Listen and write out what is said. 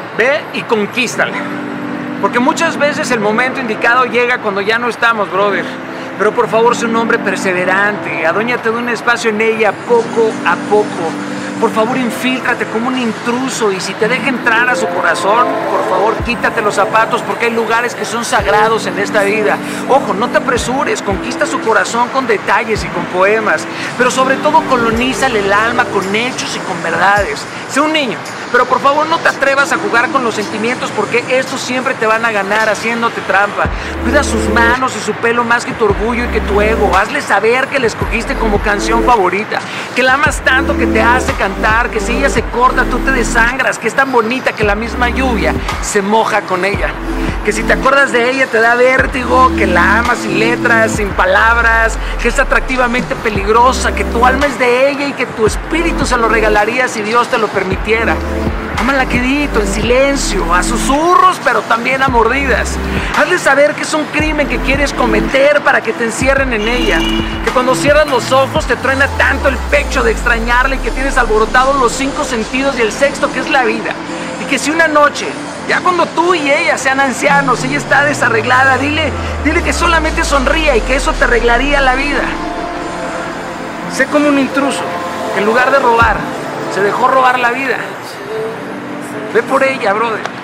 Ve y conquístala. Porque muchas veces el momento indicado llega cuando ya no estamos, brother. Pero por favor, sé un hombre perseverante. Adóñate de un espacio en ella poco a poco. Por favor, infíltrate como un intruso, y si te deja entrar a su corazón, por favor, quítate los zapatos, porque hay lugares que son sagrados en esta vida. Ojo, no te apresures, conquista su corazón con detalles y con poemas, pero sobre todo colonízale el alma con hechos y con verdades. Sé un niño, pero por favor no te atrevas a jugar con los sentimientos, porque estos siempre te van a ganar haciéndote trampa. Cuida sus manos y su pelo más que tu orgullo y que tu ego. Hazle saber que la escogiste como canción favorita, que la amas tanto que te hace cantar, que si ella se corta tú te desangras, que es tan bonita que la misma lluvia se moja con ella, que si te acuerdas de ella te da vértigo, que la amas sin letras, sin palabras, que es atractivamente peligrosa, que tu alma es de ella y que tu espíritu se lo regalaría si Dios te lo permitiera. Ámala quedito, en silencio, a susurros, pero también a mordidas. Hazle saber que es un crimen que quieres cometer para que te encierren en ella. Que cuando cierras los ojos te truena tanto el pecho de extrañarle, que tienes alborotados los 5 sentidos y el sexto, que es la vida. Y que si una noche, ya cuando tú y ella sean ancianos, ella está desarreglada, dile que solamente sonría y que eso te arreglaría la vida. Sé como un intruso, que en lugar de robar, se dejó robar la vida. Ve por ella, brother.